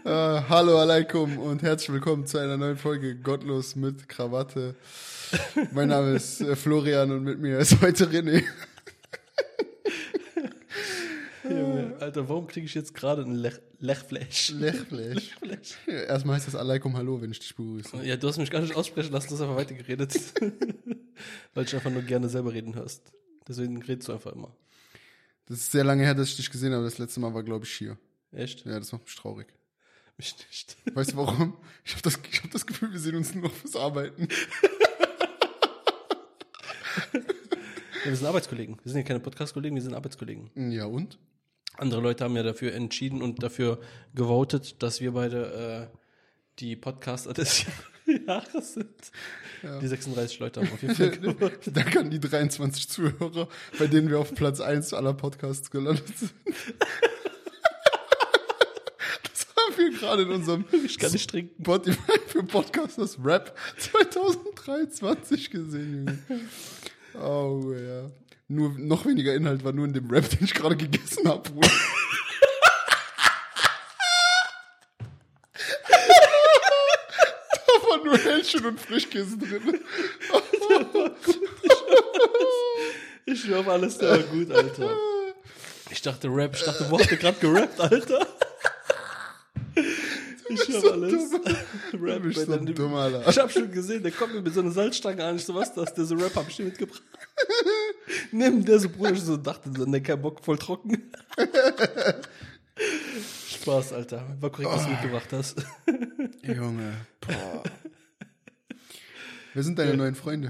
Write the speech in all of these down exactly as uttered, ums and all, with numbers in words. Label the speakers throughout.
Speaker 1: äh, hallo alaikum und herzlich willkommen zu einer neuen Folge Gottlos mit Krawatte. Mein Name ist äh, Florian und mit mir ist heute René.
Speaker 2: Junge, Alter, warum kriege ich jetzt gerade ein Lech, Lechflash?
Speaker 1: Lechflash. Lechflash. Ja, erstmal heißt das alaikum hallo, wenn ich dich begrüße.
Speaker 2: Ja, du hast mich gar nicht aussprechen lassen, du hast einfach weitergeredet. Weil ich einfach nur gerne selber reden hörst. Deswegen redest du einfach immer.
Speaker 1: Das ist sehr lange her, dass ich dich gesehen habe. Das letzte Mal war, glaube ich, hier.
Speaker 2: Echt?
Speaker 1: Ja, das macht mich traurig.
Speaker 2: Mich nicht.
Speaker 1: Weißt du warum? Ich habe das, ich hab das Gefühl, wir sehen uns nur noch fürs Arbeiten.
Speaker 2: Ja, wir sind Arbeitskollegen. Wir sind ja keine Podcast-Kollegen, wir sind Arbeitskollegen.
Speaker 1: Ja, und?
Speaker 2: Andere Leute haben ja dafür entschieden und dafür gewotet, dass wir beide äh, die Podcaster des Jahres sind. Ja. Die sechsunddreißig Leute haben auf jeden Fall gewotet.
Speaker 1: Danke an die dreiundzwanzig Zuhörer, bei denen wir auf Platz eins aller Podcasts gelandet sind. Das haben wir gerade in unserem
Speaker 2: ich kann nicht trinken.
Speaker 1: Spotify für Podcasters Rap zwanzig dreiundzwanzig gesehen. Oh ja. Nur noch weniger Inhalt war nur in dem Rap, den ich gerade gegessen habe, Bruder. Da war nur Hähnchen und Frischkäse drin.
Speaker 2: Ich schwör auf alles, der war gut, Alter. Ich dachte Rap, ich dachte, wo habt ihr gerade gerappt, Alter? Ich schwör auf alles.
Speaker 1: Rap, du bist so dumm, Alter.
Speaker 2: Ich hab schon gesehen, der kommt mir mit so einer Salzstange an. Ich so, was ist das? Der so Rap hab ich dir mitgebracht. Nimm der so, Bruder. Ich so dachte, so, ne, kein Bock, voll trocken. Spaß, Alter. War korrekt, was du mitgebracht hast.
Speaker 1: Junge, boah. Wer sind deine neuen Freunde?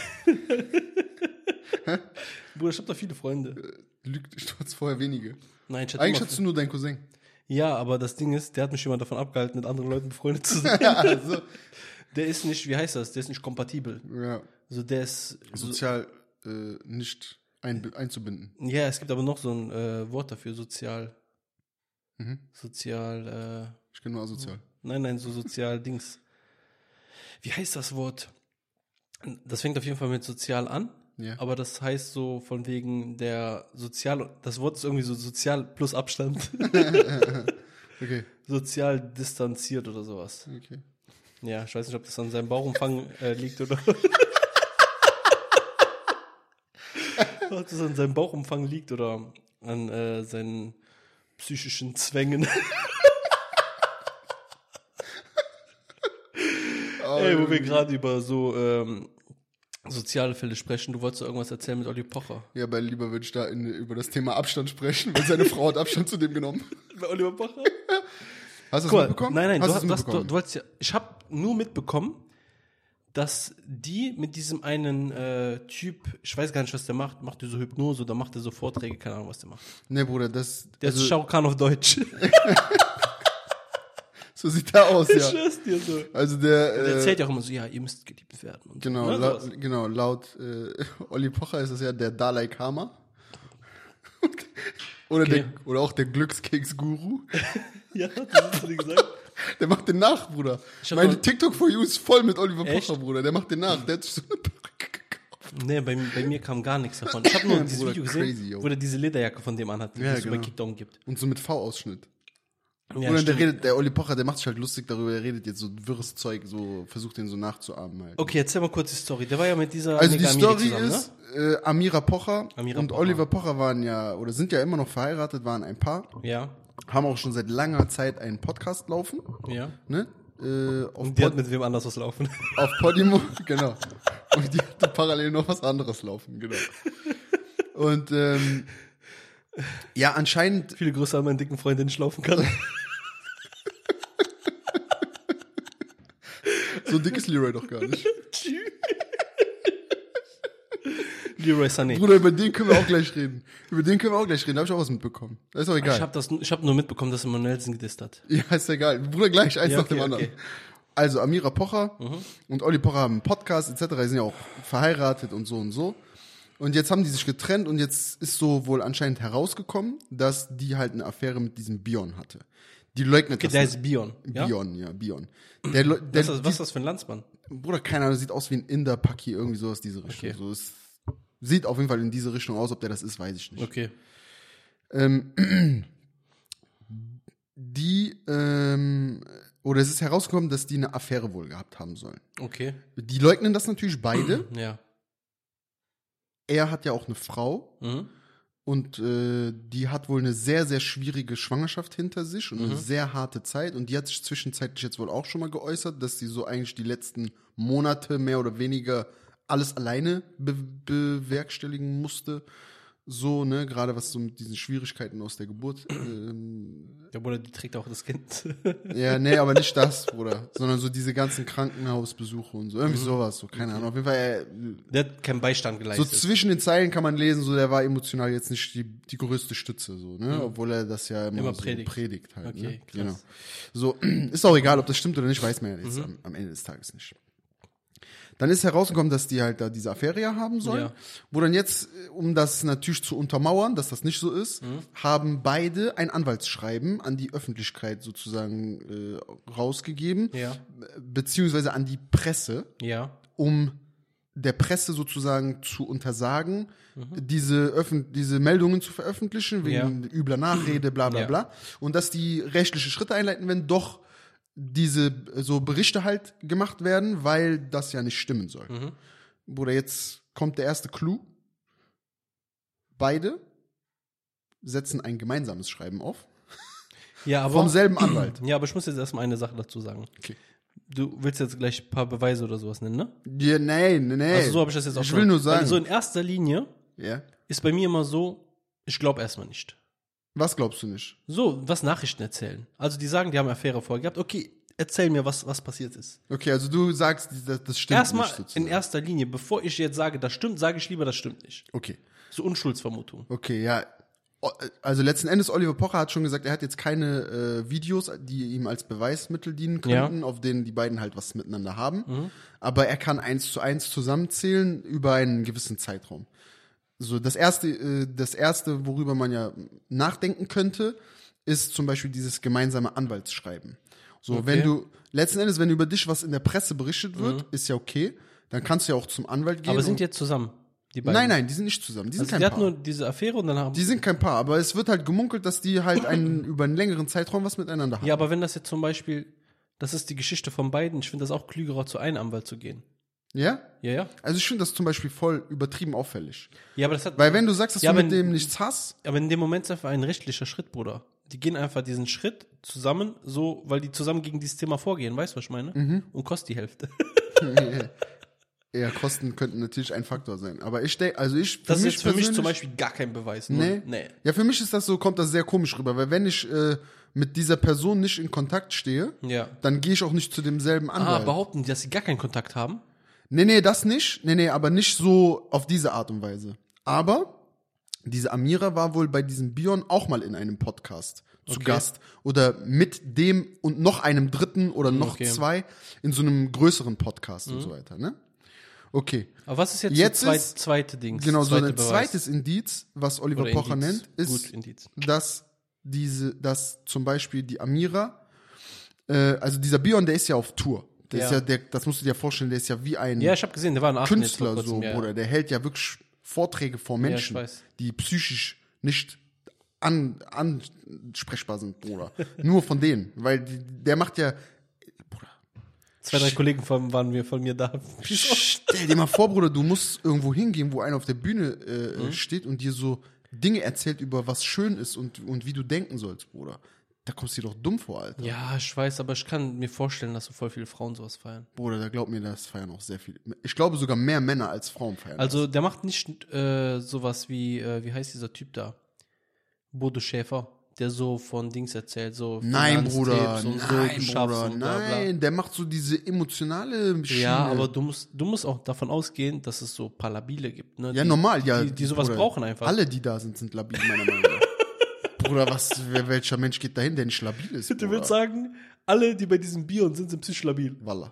Speaker 2: Bruder, ich hab da viele Freunde.
Speaker 1: Lügt, ich hatte vorher wenige.
Speaker 2: Nein, ich hatte
Speaker 1: Eigentlich hattest du nur deinen Cousin.
Speaker 2: Ja, aber das Ding ist, der hat mich immer davon abgehalten, mit anderen Leuten befreundet zu sein.
Speaker 1: Also.
Speaker 2: Der ist nicht, wie heißt das? Der ist nicht kompatibel.
Speaker 1: Ja.
Speaker 2: Also der ist
Speaker 1: sozial so, äh, nicht ein, einzubinden.
Speaker 2: Ja, es gibt aber noch so ein äh, Wort dafür, sozial.
Speaker 1: Mhm.
Speaker 2: Sozial. Äh,
Speaker 1: ich kenne nur asozial.
Speaker 2: Nein, nein, so sozial Dings. Wie heißt das Wort? Das fängt auf jeden Fall mit sozial an. Ja. Aber das heißt so von wegen der sozial, das Wort ist irgendwie so sozial plus Abstand.
Speaker 1: Okay. Sozial
Speaker 2: distanziert oder sowas.
Speaker 1: Okay.
Speaker 2: Ja, ich weiß nicht, ob das an seinem Bauchumfang äh, liegt oder ob das an seinem Bauchumfang liegt oder an äh, seinen psychischen Zwängen. Oh, ey, wo wir gerade über so ähm, soziale Fälle sprechen. Du wolltest doch irgendwas erzählen mit Olli Pocher.
Speaker 1: Ja, aber lieber würde ich da in, über das Thema Abstand sprechen, weil seine Frau hat Abstand zu dem genommen.
Speaker 2: Bei Oliver Pocher?
Speaker 1: Hast du das mitbekommen?
Speaker 2: Nein, nein,
Speaker 1: hast
Speaker 2: du, hast, mitbekommen? Du, du wolltest ja, ich habe nur mitbekommen, dass die mit diesem einen äh, Typ, ich weiß gar nicht, was der macht, macht der so Hypnose oder macht der so Vorträge, keine Ahnung, was der macht.
Speaker 1: Nee, Bruder, das...
Speaker 2: Der also, ist Shah Rukh Khan auf Deutsch.
Speaker 1: So sieht er aus, ja.
Speaker 2: Ich schwör's dir so.
Speaker 1: Also der,
Speaker 2: der erzählt ja auch immer so, ja, ihr müsst geliebt werden. Und
Speaker 1: genau,
Speaker 2: so,
Speaker 1: la- genau, laut äh, Olli Pocher ist das ja der Dalai Lama. oder,
Speaker 2: okay.
Speaker 1: der, oder auch der Glückskeks-Guru.
Speaker 2: Ja, das hast du gesagt.
Speaker 1: Der macht den nach, Bruder. Meine TikTok for You ist voll mit Oliver
Speaker 2: Echt?
Speaker 1: Pocher, Bruder. Der macht den nach. Der hat sich so eine Perücke gekauft.
Speaker 2: Nee, bei, bei mir kam gar nichts davon. Ich habe nur dieses
Speaker 1: Bruder,
Speaker 2: Video gesehen,
Speaker 1: crazy,
Speaker 2: wo der diese Lederjacke von dem anhat, die
Speaker 1: ja,
Speaker 2: es
Speaker 1: genau.
Speaker 2: bei Kickdown gibt.
Speaker 1: Und so mit V-Ausschnitt.
Speaker 2: Ja,
Speaker 1: Oder der redet, der Olli Pocher, der macht sich halt lustig darüber, der redet jetzt so wirres Zeug, so versucht den so nachzuahmen halt.
Speaker 2: Okay, erzähl mal kurz die Story. Der war ja mit dieser
Speaker 1: Also die
Speaker 2: Amiri
Speaker 1: Story
Speaker 2: zusammen,
Speaker 1: ist, ne? äh, Amira Pocher
Speaker 2: Amira
Speaker 1: und
Speaker 2: Pocher.
Speaker 1: Oliver Pocher waren ja, oder sind ja immer noch verheiratet, waren ein Paar.
Speaker 2: Ja.
Speaker 1: Haben auch schon seit langer Zeit einen Podcast laufen.
Speaker 2: Ja.
Speaker 1: Ne? Äh, auf
Speaker 2: und die
Speaker 1: Pod-
Speaker 2: hat mit wem anders was laufen.
Speaker 1: Auf Podimo, genau. Und die hatte parallel noch was anderes laufen, genau. Und ähm, ja, anscheinend...
Speaker 2: Viele Grüße an meinen dicken Freund, den ich laufen kann.
Speaker 1: So dick ist Leroy doch gar nicht.
Speaker 2: Leroy Sané.
Speaker 1: Bruder, über den können wir auch gleich reden. Über den können wir auch gleich reden. Da habe ich auch was mitbekommen. Das ist doch egal.
Speaker 2: Ich habe hab nur mitbekommen, dass er Manuelsen gedisst hat.
Speaker 1: Ja, ist egal. Bruder, gleich eins
Speaker 2: Ja,
Speaker 1: nach
Speaker 2: okay,
Speaker 1: dem anderen.
Speaker 2: okay.
Speaker 1: Also Amira Pocher
Speaker 2: Mhm.
Speaker 1: und Olli Pocher haben einen Podcast et cetera. Die sind ja auch verheiratet und so und so. Und jetzt haben die sich getrennt und jetzt ist so wohl anscheinend herausgekommen, dass die halt eine Affäre mit diesem Bion hatte. Die leugnet
Speaker 2: Okay,
Speaker 1: das.
Speaker 2: der
Speaker 1: nicht.
Speaker 2: ist Bion. Ja?
Speaker 1: Bion, ja, Bion. Der, der,
Speaker 2: Was, ist das,
Speaker 1: die,
Speaker 2: was ist das für ein Landsmann?
Speaker 1: Bruder, keine Ahnung, sieht aus wie ein Inder-Paki, irgendwie so aus diese Richtung.
Speaker 2: Okay.
Speaker 1: So, es sieht auf jeden Fall in diese Richtung aus, ob der das ist, weiß ich nicht.
Speaker 2: Okay.
Speaker 1: Ähm, die äh, ähm, oder es ist herausgekommen, dass die eine Affäre wohl gehabt haben sollen.
Speaker 2: Okay.
Speaker 1: Die leugnen das natürlich beide.
Speaker 2: Ja.
Speaker 1: Er hat ja auch eine Frau.
Speaker 2: Mhm.
Speaker 1: Und äh, die hat wohl eine sehr, sehr schwierige Schwangerschaft hinter sich und mhm. eine sehr harte Zeit. Und die hat sich zwischenzeitlich jetzt wohl auch schon mal geäußert, dass sie so eigentlich die letzten Monate mehr oder weniger alles alleine be- bewerkstelligen musste. So, ne, gerade was so mit diesen Schwierigkeiten aus der Geburt. Ähm,
Speaker 2: ja, Bruder, die trägt auch das Kind.
Speaker 1: ja, nee, aber nicht das, Bruder. Sondern so diese ganzen Krankenhausbesuche und so. Irgendwie mhm. sowas, so, keine okay. Ahnung. Auf jeden Fall, er,
Speaker 2: der hat keinen Beistand geleistet.
Speaker 1: So zwischen den Zeilen kann man lesen, so, der war emotional jetzt nicht die, die größte Stütze, so, ne, mhm. obwohl er das ja immer, immer so predigt. predigt halt,
Speaker 2: okay,
Speaker 1: ne?
Speaker 2: Krass.
Speaker 1: Genau. So, ist auch egal, ob das stimmt oder nicht, weiß man ja jetzt mhm. am, am Ende des Tages nicht. Dann ist herausgekommen, dass die halt da diese Affäre ja haben sollen, ja. wo dann jetzt, um das natürlich zu untermauern, dass das nicht so ist, mhm. haben beide ein Anwaltsschreiben an die Öffentlichkeit sozusagen äh, rausgegeben,
Speaker 2: ja.
Speaker 1: beziehungsweise an die Presse,
Speaker 2: ja.
Speaker 1: um der Presse sozusagen zu untersagen, mhm. diese, Öffn- diese Meldungen zu veröffentlichen, wegen ja. übler Nachrede, bla bla ja. bla, und dass die rechtliche Schritte einleiten, wenn doch diese so Berichte halt gemacht werden, weil das ja nicht stimmen soll. Mhm. Bruder, jetzt kommt der erste Clou. Beide setzen ein gemeinsames Schreiben auf.
Speaker 2: Ja, aber,
Speaker 1: vom selben Anwalt.
Speaker 2: Ja, aber ich muss jetzt erstmal eine Sache dazu sagen.
Speaker 1: Okay.
Speaker 2: Du willst jetzt gleich ein paar Beweise oder sowas nennen, ne?
Speaker 1: Ja, nein, nein, nein.
Speaker 2: Also so habe ich das jetzt auch
Speaker 1: Ich
Speaker 2: schon.
Speaker 1: will nur sagen.
Speaker 2: Weil so in erster Linie
Speaker 1: ja.
Speaker 2: ist bei mir immer so, ich glaube erstmal nicht.
Speaker 1: Was glaubst du nicht?
Speaker 2: So, was Nachrichten erzählen. Also die sagen, die haben eine Affäre vorher gehabt. Okay, erzähl mir, was, was passiert ist.
Speaker 1: Okay, also du sagst, das, das stimmt
Speaker 2: Erstmal
Speaker 1: nicht sozusagen.
Speaker 2: in erster Linie, bevor ich jetzt sage, das stimmt, sage ich lieber, das stimmt nicht.
Speaker 1: Okay.
Speaker 2: So Unschuldsvermutung.
Speaker 1: Okay, ja. Also letzten Endes, Oliver Pocher hat schon gesagt, er hat jetzt keine äh, Videos, die ihm als Beweismittel dienen könnten, ja. auf denen die beiden halt was miteinander haben. Mhm. Aber er kann eins zu eins zusammenzählen über einen gewissen Zeitraum. So, das erste, äh, das erste, worüber man ja nachdenken könnte, ist zum Beispiel dieses gemeinsame Anwaltsschreiben. So, okay. wenn du, letzten Endes, wenn über dich was in der Presse berichtet wird, mhm. ist ja okay, dann kannst du ja auch zum Anwalt gehen.
Speaker 2: Aber sind die jetzt zusammen? Die beiden?
Speaker 1: Nein, nein, die sind nicht zusammen. Die sind
Speaker 2: also
Speaker 1: kein
Speaker 2: die
Speaker 1: Paar.
Speaker 2: hatten nur diese Affäre und dann haben.
Speaker 1: Die sind kein Paar, aber es wird halt gemunkelt, dass die halt einen, über einen längeren Zeitraum was miteinander haben.
Speaker 2: Ja, aber wenn das jetzt zum Beispiel, das ist die Geschichte von beiden, ich finde das auch klügerer, zu einem Anwalt zu gehen.
Speaker 1: Ja?
Speaker 2: Ja, ja.
Speaker 1: Also ich finde das zum Beispiel voll übertrieben auffällig.
Speaker 2: Ja, aber das hat.
Speaker 1: Weil wenn du sagst, dass
Speaker 2: ja,
Speaker 1: du
Speaker 2: wenn,
Speaker 1: mit dem nichts hast.
Speaker 2: Aber in dem Moment ist einfach ein rechtlicher Schritt, Bruder. Die gehen einfach diesen Schritt zusammen, so, weil die zusammen gegen dieses Thema vorgehen, weißt du, was ich meine? Mhm. Und kostet die Hälfte.
Speaker 1: Ja, Kosten könnten natürlich ein Faktor sein. Aber ich denke, also ich.
Speaker 2: Für das ist jetzt für mich zum Beispiel gar kein Beweis.
Speaker 1: Nee. nee. Ja, für mich ist das so, kommt das sehr komisch rüber, weil wenn ich äh, mit dieser Person nicht in Kontakt stehe,
Speaker 2: ja.
Speaker 1: dann gehe ich auch nicht zu demselben Anwalt.
Speaker 2: Ah, behaupten die, dass sie gar keinen Kontakt haben?
Speaker 1: Nee, nee, das nicht. Nee, nee, aber nicht so auf diese Art und Weise. Aber diese Amira war wohl bei diesem Bion auch mal in einem Podcast zu
Speaker 2: okay.
Speaker 1: Gast. Oder mit dem und noch einem dritten oder noch okay. zwei in so einem größeren Podcast mhm. und so weiter, ne? Okay.
Speaker 2: Aber was ist jetzt,
Speaker 1: jetzt
Speaker 2: das zweit,
Speaker 1: ist,
Speaker 2: zweite Ding?
Speaker 1: Genau, so ein Beweis. zweites Indiz, was Oliver oder Pocher
Speaker 2: Indiz.
Speaker 1: nennt, ist,
Speaker 2: Gut, Indiz.
Speaker 1: dass diese, dass zum Beispiel die Amira, äh, also dieser Bion, der ist ja auf Tour. Der ja. ist ja, der, das musst du dir vorstellen, der ist ja wie ein
Speaker 2: ja, ich hab gesehen, der war ein
Speaker 1: Künstler, so, ja. Bruder. Der hält ja wirklich Vorträge vor Menschen,
Speaker 2: ja,
Speaker 1: die psychisch nicht an, ansprechbar sind, Bruder. Nur von denen. Weil die, der macht ja. Bruder.
Speaker 2: Zwei, drei Kollegen von, waren wir von mir da.
Speaker 1: Stell dir mal vor, Bruder, du musst irgendwo hingehen, wo einer auf der Bühne äh, mhm. steht und dir so Dinge erzählt über was schön ist und, und wie du denken sollst, Bruder. Da kommst du dir doch dumm vor, Alter.
Speaker 2: Ja, ich weiß, aber ich kann mir vorstellen, dass so voll viele Frauen sowas feiern.
Speaker 1: Bruder, da glaub mir, das feiern auch sehr viele. Ich glaube sogar mehr Männer als Frauen feiern.
Speaker 2: Also der macht nicht äh, sowas wie, äh, wie heißt dieser Typ da? Bodo Schäfer, der so von Dings erzählt, so
Speaker 1: nein, Bruder,
Speaker 2: und
Speaker 1: nein,
Speaker 2: so
Speaker 1: Bruder,
Speaker 2: und bla, bla.
Speaker 1: Nein, der macht so diese emotionale Schiene.
Speaker 2: Ja, aber du musst, du musst auch davon ausgehen, dass es so ein paar Labile gibt, ne?
Speaker 1: Ja,
Speaker 2: die,
Speaker 1: normal, ja.
Speaker 2: Die, die sowas
Speaker 1: Bruder,
Speaker 2: brauchen einfach.
Speaker 1: Alle, die da sind, sind labil, meiner Meinung nach. Bruder, was, welcher Mensch geht dahin, der nicht labil ist?
Speaker 2: Du willst sagen, alle, die bei diesem Bion sind, sind psychisch labil.
Speaker 1: Wallah.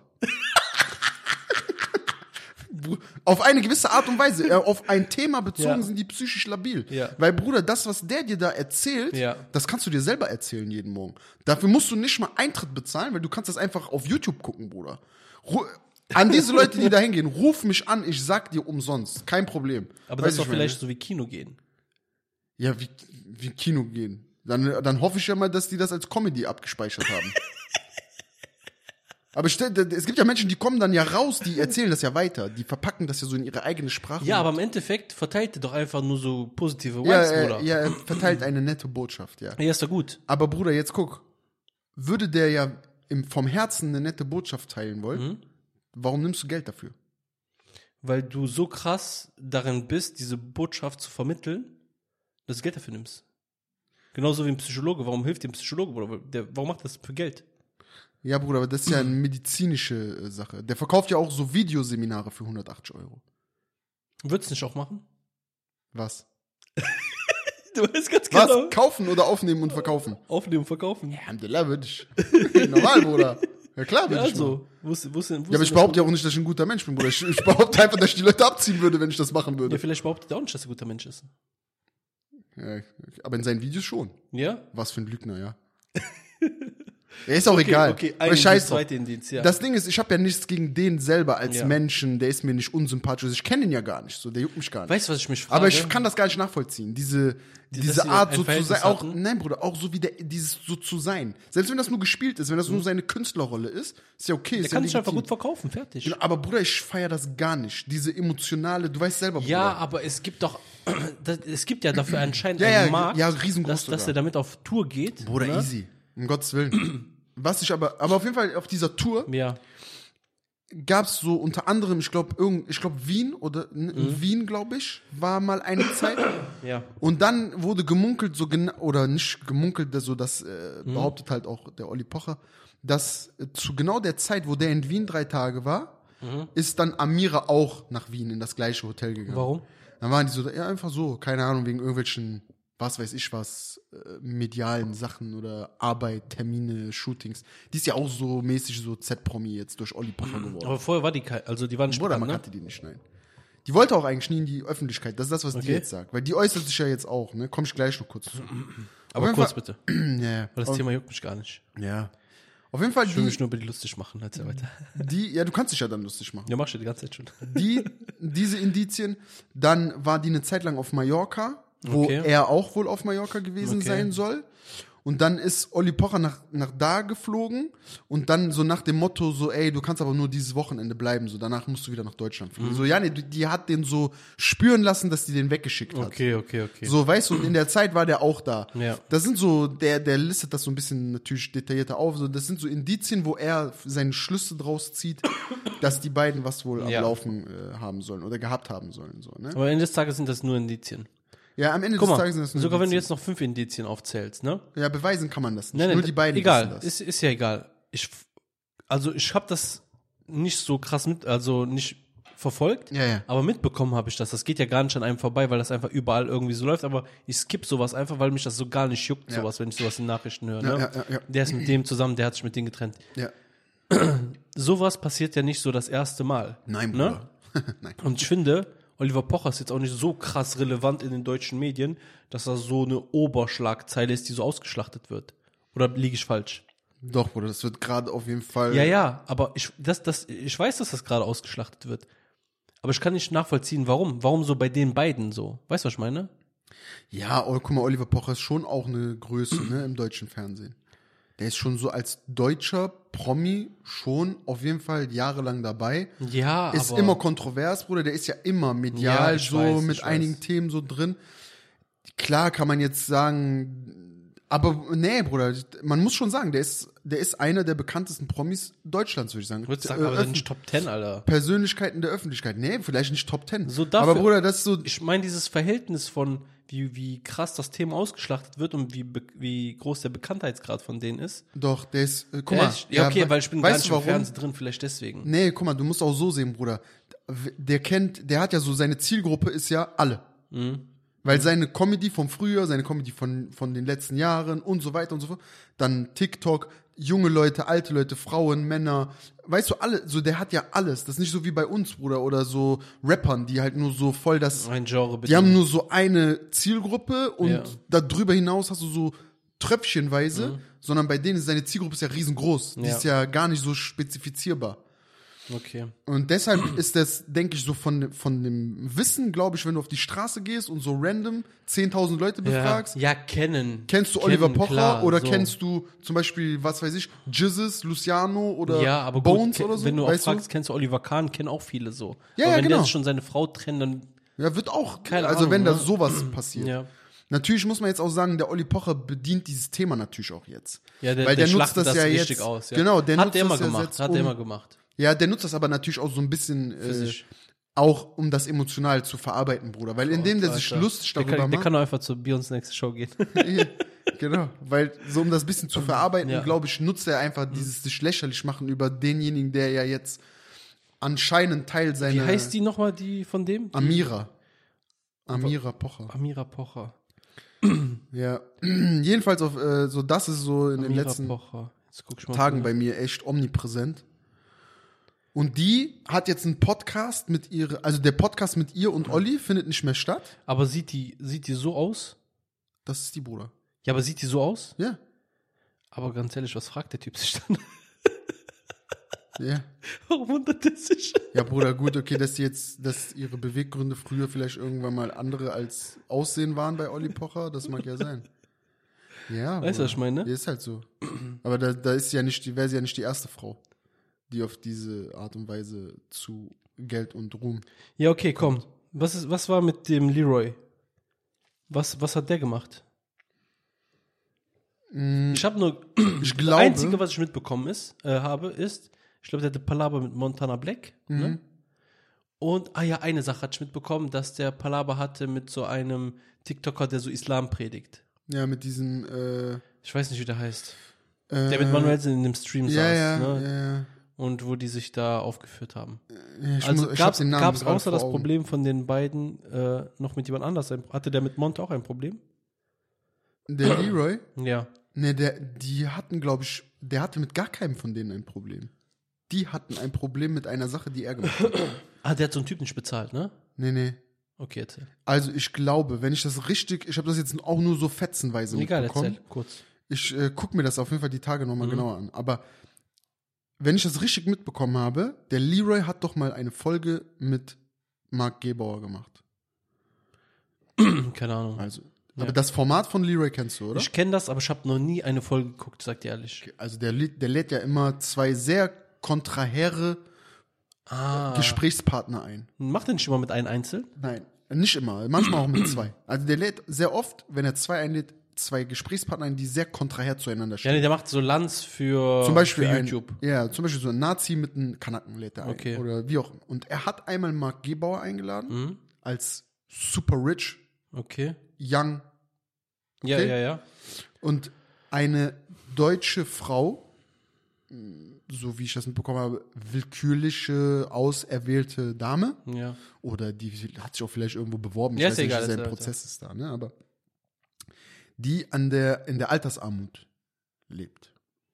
Speaker 1: Auf eine gewisse Art und Weise, auf ein Thema bezogen ja. sind die psychisch labil.
Speaker 2: Ja.
Speaker 1: Weil, Bruder, das, was der dir da erzählt,
Speaker 2: ja.
Speaker 1: das kannst du dir selber erzählen jeden Morgen. Dafür musst du nicht mal Eintritt bezahlen, weil du kannst das einfach auf YouTube gucken, Bruder. Ru- An diese Leute, die da hingehen, ruf mich an, ich sag dir umsonst. Kein Problem.
Speaker 2: Aber Weiß das ist doch vielleicht so wie Kino gehen.
Speaker 1: Ja, wie, wie Kino gehen. Dann, dann hoffe ich ja mal, dass die das als Comedy abgespeichert haben. Aber stell, es gibt ja Menschen, die kommen dann ja raus, die erzählen das ja weiter. Die verpacken das ja so in ihre eigene Sprache.
Speaker 2: Ja, aber im Endeffekt verteilt er doch einfach nur so positive Vibes,
Speaker 1: ja,
Speaker 2: Bruder.
Speaker 1: Ja, er verteilt eine nette Botschaft, ja.
Speaker 2: Ja, ist doch gut.
Speaker 1: Aber Bruder, jetzt guck. Würde der ja im, vom Herzen eine nette Botschaft teilen wollen, mhm. warum nimmst du Geld dafür?
Speaker 2: Weil du so krass darin bist, diese Botschaft zu vermitteln, dass du Geld dafür nimmst. Genauso wie ein Psychologe. Warum hilft dir ein Psychologe, Bruder? Der, warum macht das für Geld?
Speaker 1: Ja, Bruder, aber das ist ja eine medizinische äh, Sache. Der verkauft ja auch so Videoseminare für hundertachtzig Euro.
Speaker 2: Würdest du nicht auch machen?
Speaker 1: Was?
Speaker 2: Du weißt ganz genau.
Speaker 1: Was? Kaufen oder aufnehmen und verkaufen?
Speaker 2: Aufnehmen und verkaufen.
Speaker 1: Ja, Alhamdulillah würde ich. Normal, Bruder. Ja klar würde
Speaker 2: ja,
Speaker 1: ich
Speaker 2: also, wusste, wusste, wusste,
Speaker 1: Ja, aber ich behaupte ja auch nicht, dass ich ein guter Mensch bin, Bruder. Ich, ich behaupte einfach, dass ich die Leute abziehen würde, wenn ich das machen würde.
Speaker 2: Ja, vielleicht behauptet er auch nicht, dass er ein guter Mensch ist.
Speaker 1: Ja, aber in seinen Videos schon.
Speaker 2: Ja?
Speaker 1: Was für ein Lügner, ja. Ja, ist auch
Speaker 2: okay,
Speaker 1: egal.
Speaker 2: Okay, ein
Speaker 1: Scheiß
Speaker 2: zweite Indiz, ja.
Speaker 1: Das Ding ist, ich habe ja nichts gegen den selber als
Speaker 2: ja.
Speaker 1: Menschen, der ist mir nicht unsympathisch. Ich kenne ihn ja gar nicht, so, der juckt mich gar nicht.
Speaker 2: Weißt du, was ich mich frage?
Speaker 1: Aber ich kann das gar nicht nachvollziehen. Diese,
Speaker 2: Die,
Speaker 1: diese Art so zu sein. Auch,
Speaker 2: hatten?
Speaker 1: nein, Bruder, auch so wie der, dieses so zu sein. Selbst wenn das nur gespielt ist, wenn das mhm. nur seine Künstlerrolle ist, ist ja okay.
Speaker 2: Der
Speaker 1: ist
Speaker 2: kann
Speaker 1: ja
Speaker 2: sich einfach gut verkaufen, fertig.
Speaker 1: Genau, aber Bruder, ich feiere das gar nicht. Diese emotionale, du weißt selber, Bruder.
Speaker 2: Ja, aber es gibt doch, das, es gibt ja dafür anscheinend
Speaker 1: ja,
Speaker 2: einen
Speaker 1: ja,
Speaker 2: Markt,
Speaker 1: ja, riesengroß
Speaker 2: dass, dass er damit auf Tour geht.
Speaker 1: Bruder,
Speaker 2: ne?
Speaker 1: easy. Um Gottes Willen. Was ich aber, aber auf jeden Fall auf dieser Tour
Speaker 2: ja.
Speaker 1: gab es so unter anderem, ich glaube, irgend, ich glaube Wien oder mhm. Wien, glaube ich, war mal eine Zeit.
Speaker 2: Ja.
Speaker 1: Und dann wurde gemunkelt, so genau, oder nicht gemunkelt, so das äh, mhm. behauptet halt auch der Olli Pocher, dass äh, zu genau der Zeit, wo der in Wien drei Tage war, mhm. ist dann Amira auch nach Wien in das gleiche Hotel gegangen.
Speaker 2: Warum?
Speaker 1: Dann waren die so, ja, einfach so, keine Ahnung, wegen irgendwelchen, was weiß ich was, äh, medialen Sachen oder Arbeit, Termine, Shootings. Die ist ja auch so mäßig so Z-Promi jetzt durch Olli Pocher geworden.
Speaker 2: Aber vorher war die, also die war nicht
Speaker 1: Bruder,
Speaker 2: bekannt,
Speaker 1: man
Speaker 2: ne?
Speaker 1: kannte die nicht, nein. Die wollte auch eigentlich nie in die Öffentlichkeit. Das ist das, was
Speaker 2: okay.
Speaker 1: die jetzt sagt. Weil die äußert sich ja jetzt auch, ne? Komm ich gleich noch kurz zu.
Speaker 2: Aber kurz Fall, bitte.
Speaker 1: ja,
Speaker 2: Weil das auf, Thema juckt mich gar nicht.
Speaker 1: Ja. Auf jeden Fall
Speaker 2: ich will die, mich nur über die lustig machen, als ja weiter.
Speaker 1: Die, ja, du kannst dich ja dann lustig machen.
Speaker 2: Ja, machst du die ganze Zeit schon.
Speaker 1: Die, diese Indizien, dann war die eine Zeit lang auf Mallorca, wo
Speaker 2: okay.
Speaker 1: er auch wohl auf Mallorca gewesen
Speaker 2: okay.
Speaker 1: sein soll. Und dann ist Olli Pocher nach, nach da geflogen und dann so nach dem Motto so, ey, du kannst aber nur dieses Wochenende bleiben, so danach musst du wieder nach Deutschland fliegen. Mhm. So, ja, nee, die, die hat den so spüren lassen, dass die den weggeschickt hat.
Speaker 2: Okay, okay, okay.
Speaker 1: So, weißt du, und in der Zeit war der auch da.
Speaker 2: Ja.
Speaker 1: Das sind so, der, der listet das so ein bisschen natürlich detaillierter auf, so, das sind so Indizien, wo er seine Schlüsse draus zieht, dass die beiden was wohl
Speaker 2: ja.
Speaker 1: am Laufen äh, haben sollen oder gehabt haben sollen, so, ne?
Speaker 2: Aber Ende des Tages sind das nur Indizien.
Speaker 1: Ja, am Ende
Speaker 2: Guck
Speaker 1: des
Speaker 2: mal,
Speaker 1: Tages sind das nur
Speaker 2: sogar
Speaker 1: Indizien.
Speaker 2: wenn du jetzt noch fünf Indizien aufzählst, ne?
Speaker 1: Ja, beweisen kann man das nicht.
Speaker 2: Nein, nein,
Speaker 1: nur die beiden
Speaker 2: egal,
Speaker 1: wissen das.
Speaker 2: Ist, ist ja egal. Ich, also ich habe das nicht so krass mit, also nicht verfolgt,
Speaker 1: ja, ja.
Speaker 2: aber mitbekommen habe ich das. Das geht ja gar nicht an einem vorbei, weil das einfach überall irgendwie so läuft, aber ich skippe sowas einfach, weil mich das so gar nicht juckt, ja. sowas, wenn ich sowas in Nachrichten höre.
Speaker 1: Ja,
Speaker 2: ne?
Speaker 1: ja, ja, ja.
Speaker 2: Der ist mit dem zusammen, der hat sich mit denen getrennt.
Speaker 1: Ja.
Speaker 2: Sowas passiert ja nicht so das erste Mal.
Speaker 1: Nein,
Speaker 2: ne?
Speaker 1: Bruder. Nein.
Speaker 2: Und ich finde, Oliver Pocher ist jetzt auch nicht so krass relevant in den deutschen Medien, dass er so eine Oberschlagzeile ist, die so ausgeschlachtet wird. Oder liege ich falsch?
Speaker 1: Doch, Bruder, das wird gerade auf jeden Fall...
Speaker 2: Ja, ja, aber ich, das, das, ich weiß, dass das gerade ausgeschlachtet wird. Aber ich kann nicht nachvollziehen, warum. Warum so bei den beiden so? Weißt du, was ich meine?
Speaker 1: Ja, oh, guck mal, Oliver Pocher ist schon auch eine Größe, ne, im deutschen Fernsehen. Der ist schon so als deutscher Promi schon auf jeden Fall jahrelang dabei.
Speaker 2: Ja,
Speaker 1: ist
Speaker 2: aber...
Speaker 1: immer kontrovers, Bruder. Der ist ja immer medial
Speaker 2: ja,
Speaker 1: so
Speaker 2: weiß,
Speaker 1: mit einigen weiß. Themen so drin. Klar kann man jetzt sagen, aber nee, Bruder, man muss schon sagen, der ist, der ist einer der bekanntesten Promis Deutschlands, würde ich sagen.
Speaker 2: Ich würde sagen, äh, aber nicht Top Ten, Alter.
Speaker 1: Persönlichkeiten der Öffentlichkeit. Nee, vielleicht nicht Top Ten.
Speaker 2: So dafür,
Speaker 1: aber Bruder, das ist so...
Speaker 2: Ich meine, dieses Verhältnis von wie, wie krass das Thema ausgeschlachtet wird und wie, wie groß der Bekanntheitsgrad von denen ist.
Speaker 1: Doch, der ist, äh, guck mal.
Speaker 2: Echt? Ja, okay, ja, weil ich bin gar nicht im
Speaker 1: warum?
Speaker 2: Fernsehen drin, vielleicht deswegen.
Speaker 1: Nee, guck mal, du musst auch so sehen, Bruder. Der kennt, der hat ja so, seine Zielgruppe ist ja alle.
Speaker 2: Mhm.
Speaker 1: Weil seine Comedy vom Frühjahr, seine Comedy von, von den letzten Jahren und so weiter und so fort, dann TikTok, junge Leute, alte Leute, Frauen, Männer, weißt du, alle, so, der hat ja alles. Das ist nicht so wie bei uns, Bruder, oder so Rappern, die halt nur so voll das,
Speaker 2: ein Genre, bitte.
Speaker 1: Die haben nur so eine Zielgruppe und
Speaker 2: ja.
Speaker 1: darüber hinaus hast du so tröpfchenweise,
Speaker 2: mhm.
Speaker 1: sondern bei denen ist seine Zielgruppe ist ja riesengroß. Die
Speaker 2: ja.
Speaker 1: ist ja gar nicht so spezifizierbar.
Speaker 2: Okay.
Speaker 1: Und deshalb ist das, denke ich, so von, von dem Wissen, glaube ich, wenn du auf die Straße gehst und so random zehntausend Leute befragst.
Speaker 2: Ja, ja kennen.
Speaker 1: Kennst du
Speaker 2: kennen,
Speaker 1: Oliver Pocher
Speaker 2: klar,
Speaker 1: oder
Speaker 2: so.
Speaker 1: kennst du zum Beispiel, was weiß ich, Jizzes, Luciano oder
Speaker 2: ja, aber
Speaker 1: Bones
Speaker 2: gut,
Speaker 1: oder so?
Speaker 2: Wenn du auch
Speaker 1: weißt
Speaker 2: fragst, kennst du Oliver Kahn, kennen auch viele so.
Speaker 1: Ja,
Speaker 2: aber
Speaker 1: ja,
Speaker 2: wenn
Speaker 1: genau.
Speaker 2: der jetzt schon seine Frau trennt, dann.
Speaker 1: Ja, wird auch,
Speaker 2: Keine
Speaker 1: also
Speaker 2: Ahnung,
Speaker 1: wenn da
Speaker 2: ne?
Speaker 1: sowas passiert.
Speaker 2: Ja.
Speaker 1: Natürlich muss man jetzt auch sagen, der Olli Pocher bedient dieses Thema natürlich auch jetzt.
Speaker 2: Ja, der,
Speaker 1: Weil
Speaker 2: der,
Speaker 1: der nutzt
Speaker 2: schlachtet
Speaker 1: das
Speaker 2: das
Speaker 1: ja
Speaker 2: richtig
Speaker 1: jetzt,
Speaker 2: aus. Ja.
Speaker 1: Genau, der
Speaker 2: Hat
Speaker 1: nutzt
Speaker 2: der immer
Speaker 1: das ja
Speaker 2: gemacht.
Speaker 1: jetzt,
Speaker 2: Hat
Speaker 1: um,
Speaker 2: der immer gemacht.
Speaker 1: Ja, der nutzt das aber natürlich auch so ein bisschen äh,
Speaker 2: Physisch.
Speaker 1: auch, um das emotional zu verarbeiten, Bruder. Weil indem der sich
Speaker 2: Alter.
Speaker 1: lustig
Speaker 2: der
Speaker 1: darüber
Speaker 2: kann, der
Speaker 1: macht.
Speaker 2: kann doch einfach zur Beyoncé nächste Show gehen.
Speaker 1: Genau, weil so um das bisschen zu verarbeiten,
Speaker 2: Ja.
Speaker 1: glaube ich, nutzt er einfach dieses sich lächerlich machen über denjenigen, der ja jetzt anscheinend Teil seiner...
Speaker 2: Wie heißt die nochmal, die von dem? Die
Speaker 1: Amira. Amira Pocher.
Speaker 2: Amira Pocher.
Speaker 1: Ja, jedenfalls auf, äh, so das ist so in den
Speaker 2: Amira
Speaker 1: letzten
Speaker 2: Pocher. Jetzt guck ich mal
Speaker 1: Tagen
Speaker 2: wieder.
Speaker 1: bei mir echt omnipräsent. Und die hat jetzt einen Podcast mit ihrer, also der Podcast mit ihr und Olli findet nicht mehr statt.
Speaker 2: Aber sieht die, sieht die so aus?
Speaker 1: Das ist die Bruder.
Speaker 2: Ja, aber sieht die so aus?
Speaker 1: Ja.
Speaker 2: Aber ganz ehrlich, was fragt der Typ sich dann?
Speaker 1: Ja.
Speaker 2: Warum wundert der sich?
Speaker 1: Ja, Bruder, gut, okay, dass die jetzt, dass ihre Beweggründe früher vielleicht irgendwann mal andere als Aussehen waren bei Olli Pocher, das mag ja sein. Ja.
Speaker 2: Weißt du, was ich meine?
Speaker 1: Ja, ist halt so. Aber da, da ist ja nicht, die wäre sie ja nicht die erste Frau, die auf diese Art und Weise zu Geld und Ruhm.
Speaker 2: Ja, okay, komm. Was, ist, was war mit dem Leroy? Was, was hat der gemacht? Ich habe nur,
Speaker 1: Ich
Speaker 2: das
Speaker 1: glaube,
Speaker 2: Einzige, was ich mitbekommen ist, äh, habe, ist, ich glaube, der hatte Palaber mit Montana Black.
Speaker 1: Mhm.
Speaker 2: Ne? Und, ah ja, eine Sache hatte ich mitbekommen, dass der Palaber hatte mit so einem TikToker, der so Islam predigt.
Speaker 1: ja, mit diesem, äh,
Speaker 2: Ich weiß nicht, wie der heißt.
Speaker 1: äh,
Speaker 2: Der mit Manuelsen in dem Stream
Speaker 1: ja,
Speaker 2: saß.
Speaker 1: ja,
Speaker 2: ne?
Speaker 1: ja, ja.
Speaker 2: Und wo die sich da aufgeführt haben.
Speaker 1: Ja, ich
Speaker 2: Also
Speaker 1: muss- ich
Speaker 2: gab
Speaker 1: hab den Namen
Speaker 2: es
Speaker 1: gerade
Speaker 2: außer
Speaker 1: vor
Speaker 2: das
Speaker 1: Augen.
Speaker 2: Problem von den beiden äh, noch mit jemand anders? ein- Hatte der mit Monte auch ein Problem?
Speaker 1: Der Leroy?
Speaker 2: Ja.
Speaker 1: Ne, der, die hatten, glaube ich, der hatte mit gar keinem von denen ein Problem. Die hatten ein Problem mit einer Sache, die er gemacht hat.
Speaker 2: Ah, der hat so einen Typ nicht bezahlt, ne?
Speaker 1: Nee, nee.
Speaker 2: Okay, erzähl.
Speaker 1: Also ich glaube, wenn ich das richtig, ich habe das jetzt auch nur so fetzenweise
Speaker 2: Egal,
Speaker 1: mitbekommen.
Speaker 2: erzähl, kurz.
Speaker 1: Ich äh, gucke mir das auf jeden Fall die Tage nochmal
Speaker 2: Mhm.
Speaker 1: genauer an. Aber wenn ich das richtig mitbekommen habe, der Leroy hat doch mal eine Folge mit Mark Gebauer gemacht.
Speaker 2: Keine Ahnung.
Speaker 1: Also,
Speaker 2: Ja.
Speaker 1: aber das Format von Leroy kennst du, oder?
Speaker 2: Ich kenne das, aber ich habe noch nie eine Folge geguckt, sag dir ehrlich.
Speaker 1: Also der, lä- der lädt ja immer zwei sehr kontrahere
Speaker 2: Ah.
Speaker 1: Gesprächspartner ein.
Speaker 2: Macht er nicht immer mit einem Einzel?
Speaker 1: Nein, nicht immer, manchmal auch mit zwei. Also der lädt sehr oft, wenn er zwei einlädt, zwei Gesprächspartner ein, die sehr kontrahär zueinander
Speaker 2: Ja,
Speaker 1: stehen.
Speaker 2: nee, der macht so Lanz für,
Speaker 1: Zum Beispiel
Speaker 2: für
Speaker 1: ein,
Speaker 2: YouTube.
Speaker 1: Ja, zum Beispiel so ein Nazi mit einem Kanaken lädt er ein.
Speaker 2: Okay.
Speaker 1: Oder wie auch immer. Und er hat einmal Mark Gebauer eingeladen,
Speaker 2: Mhm.
Speaker 1: als super rich,
Speaker 2: Okay.
Speaker 1: young
Speaker 2: Ja,
Speaker 1: Okay.
Speaker 2: ja, ja.
Speaker 1: und eine deutsche Frau, so wie ich das mitbekommen habe, willkürliche, auserwählte Dame.
Speaker 2: Ja.
Speaker 1: Oder die hat sich auch vielleicht irgendwo beworben. Ich
Speaker 2: Ja,
Speaker 1: weiß
Speaker 2: ist
Speaker 1: nicht,
Speaker 2: egal,
Speaker 1: wie sein
Speaker 2: ist-
Speaker 1: Prozess ist da, ne? Aber die an der, in der Altersarmut lebt.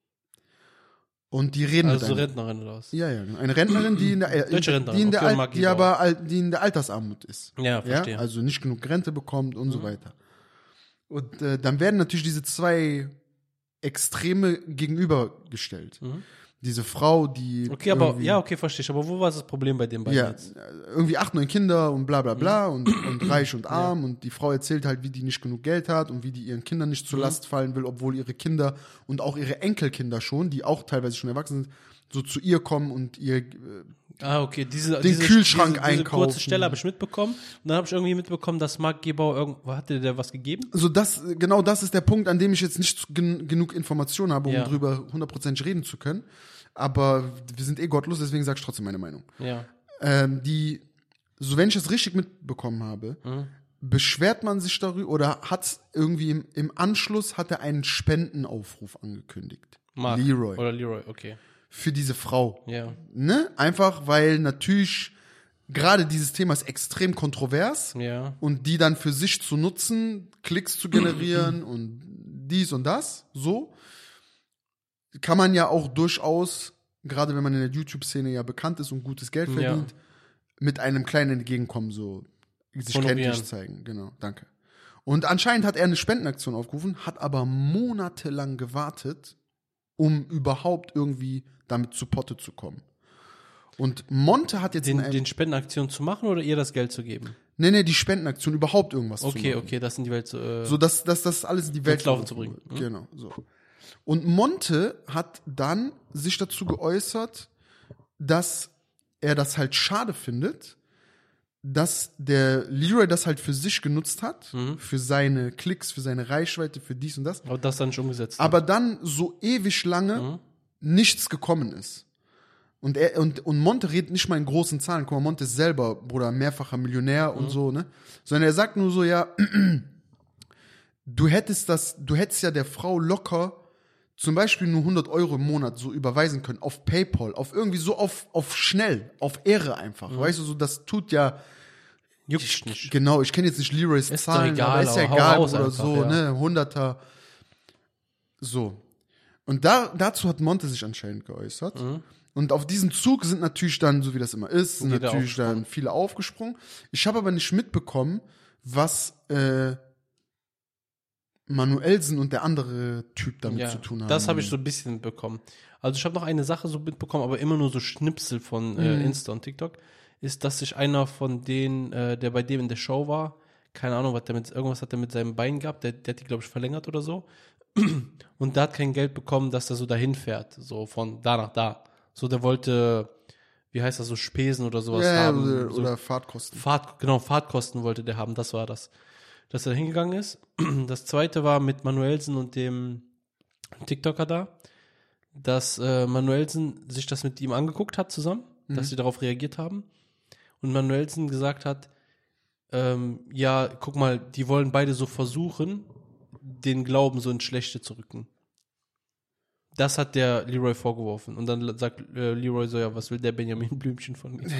Speaker 1: Und die reden
Speaker 2: Also so
Speaker 1: mit einer,
Speaker 2: Rentnerin oder was?
Speaker 1: ja, ja, genau. Eine Rentnerin, die in der,
Speaker 2: Deutsche Rentnerin,
Speaker 1: die in der,
Speaker 2: okay,
Speaker 1: Al-
Speaker 2: Mark
Speaker 1: die
Speaker 2: Gebauer.
Speaker 1: aber, al- die in der Altersarmut ist.
Speaker 2: Ja, verstehe.
Speaker 1: Ja, also nicht genug Rente bekommt und
Speaker 2: Mhm.
Speaker 1: so weiter. Und äh, dann werden natürlich diese zwei Extreme gegenübergestellt.
Speaker 2: Mhm.
Speaker 1: Diese Frau, die
Speaker 2: Okay, aber,
Speaker 1: irgendwie-
Speaker 2: ja, okay, verstehe ich. Aber wo war das Problem bei den beiden
Speaker 1: ja,
Speaker 2: jetzt?
Speaker 1: irgendwie acht, neun Kinder und bla bla bla
Speaker 2: Mhm.
Speaker 1: und, und reich und arm und die Frau erzählt halt, wie die nicht genug Geld hat und wie die ihren Kindern nicht zur
Speaker 2: Mhm.
Speaker 1: Last fallen will, obwohl ihre Kinder und auch ihre Enkelkinder schon, die auch teilweise schon erwachsen sind, so zu ihr kommen und ihr äh,
Speaker 2: Ah, okay, diese,
Speaker 1: Den
Speaker 2: diese,
Speaker 1: Kühlschrank
Speaker 2: diese, diese
Speaker 1: einkaufen.
Speaker 2: kurze Stelle habe ich mitbekommen. Und dann habe ich irgendwie mitbekommen, dass Mark Gebauer irgendwo, hatte der was gegeben?
Speaker 1: so das, genau das ist der Punkt, an dem ich jetzt nicht gen genug Informationen habe, um
Speaker 2: Ja.
Speaker 1: drüber hundertprozentig reden zu können. Aber wir sind eh gottlos, deswegen sage ich trotzdem meine Meinung.
Speaker 2: Ja.
Speaker 1: Ähm, die, so wenn ich es richtig mitbekommen habe,
Speaker 2: Mhm.
Speaker 1: beschwert man sich darüber oder hat irgendwie im, im Anschluss hat er einen Spendenaufruf angekündigt.
Speaker 2: Mark.
Speaker 1: Leroy.
Speaker 2: Oder Leroy, okay.
Speaker 1: Für diese Frau.
Speaker 2: Ja.
Speaker 1: Ne? Einfach, weil natürlich gerade dieses Thema ist extrem kontrovers
Speaker 2: Ja.
Speaker 1: und die dann für sich zu nutzen, Klicks zu generieren und dies und das, so, kann man ja auch durchaus, gerade wenn man in der YouTube-Szene ja bekannt ist und gutes Geld
Speaker 2: Ja.
Speaker 1: verdient, mit einem kleinen Entgegenkommen so sich
Speaker 2: Honorieren.
Speaker 1: kenntlich zeigen. Genau, danke. Und anscheinend hat er eine Spendenaktion aufgerufen, hat aber monatelang gewartet, um überhaupt irgendwie damit zu Potte zu kommen. Und Monte hat jetzt
Speaker 2: Den,
Speaker 1: eine,
Speaker 2: den Spendenaktion zu machen oder ihr das Geld zu geben?
Speaker 1: nee, nee, die Spendenaktion überhaupt irgendwas
Speaker 2: Okay,
Speaker 1: zu machen.
Speaker 2: okay, das in die Welt zu, äh,
Speaker 1: So, dass das, das alles in die Welt
Speaker 2: Laufen zu bringen.
Speaker 1: Hm? Genau, so. Und Monte hat dann sich dazu geäußert, dass er das halt schade findet, dass der Leroy das halt für sich genutzt hat,
Speaker 2: Mhm.
Speaker 1: für seine Klicks, für seine Reichweite, für dies und das,
Speaker 2: aber das dann nicht umgesetzt.
Speaker 1: aber dann so ewig lange
Speaker 2: Mhm.
Speaker 1: nichts gekommen ist. Und er und, und Monte redet nicht mal in großen Zahlen. Guck mal, Monte ist selber, Bruder, mehrfacher Millionär und so, ne? Sondern er sagt nur so, ja, du hättest das, du hättest ja der Frau locker zum Beispiel nur hundert Euro im Monat so überweisen können auf PayPal, auf irgendwie so auf, auf schnell, auf Ehre einfach. Weißt du, so das tut ja,
Speaker 2: Juckt dich nicht.
Speaker 1: genau, ich kenne jetzt nicht Leroys
Speaker 2: Ist doch
Speaker 1: Zahlen,
Speaker 2: egal,
Speaker 1: aber ist ja
Speaker 2: aber hau
Speaker 1: egal,
Speaker 2: raus
Speaker 1: oder
Speaker 2: einfach,
Speaker 1: so,
Speaker 2: ja.
Speaker 1: ne, Hunderter. So. Und da, dazu hat Monte sich anscheinend geäußert.
Speaker 2: Mhm.
Speaker 1: Und auf diesen Zug sind natürlich dann, so wie das immer ist, sind
Speaker 2: Jeder
Speaker 1: natürlich dann viele aufgesprungen. Ich habe aber nicht mitbekommen, was äh, Manuelsen und der andere Typ damit
Speaker 2: Ja,
Speaker 1: zu tun haben.
Speaker 2: das habe ich so ein bisschen bekommen. Also ich habe noch eine Sache so mitbekommen, aber immer nur so Schnipsel von äh,
Speaker 1: Mhm.
Speaker 2: Insta und TikTok, ist, dass sich einer von denen, äh, der bei dem in der Show war, keine Ahnung, was der mit, irgendwas hat er mit seinem Bein gehabt, der, der hat die, glaube ich, verlängert oder so. Und der hat kein Geld bekommen, dass er so dahin fährt, so von da nach da. So, der wollte, wie heißt das, so Spesen oder sowas
Speaker 1: ja,
Speaker 2: haben.
Speaker 1: oder,
Speaker 2: so
Speaker 1: oder Fahrtkosten.
Speaker 2: Fahrt, genau, Fahrtkosten wollte der haben, das war das. Dass er da hingegangen ist. Das zweite war mit Manuelsen und dem TikToker da, dass äh, Manuelsen sich das mit ihm angeguckt hat zusammen,
Speaker 1: Mhm.
Speaker 2: dass sie darauf reagiert haben. Und Manuelsen gesagt hat, ähm, ja, guck mal, die wollen beide so versuchen, den Glauben so ins Schlechte zu rücken. Das hat der Leroy vorgeworfen. Und dann sagt äh, Leroy so, ja, was will der Benjamin Blümchen von mir?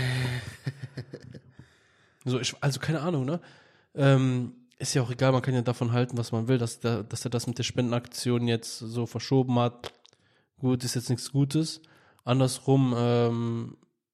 Speaker 2: so, ich, also keine Ahnung, ne? Ähm, ist ja auch egal, man kann ja davon halten, was man will, dass, der, dass er das mit der Spendenaktion jetzt so verschoben hat. Gut, ist jetzt nichts Gutes. Andersrum, ähm,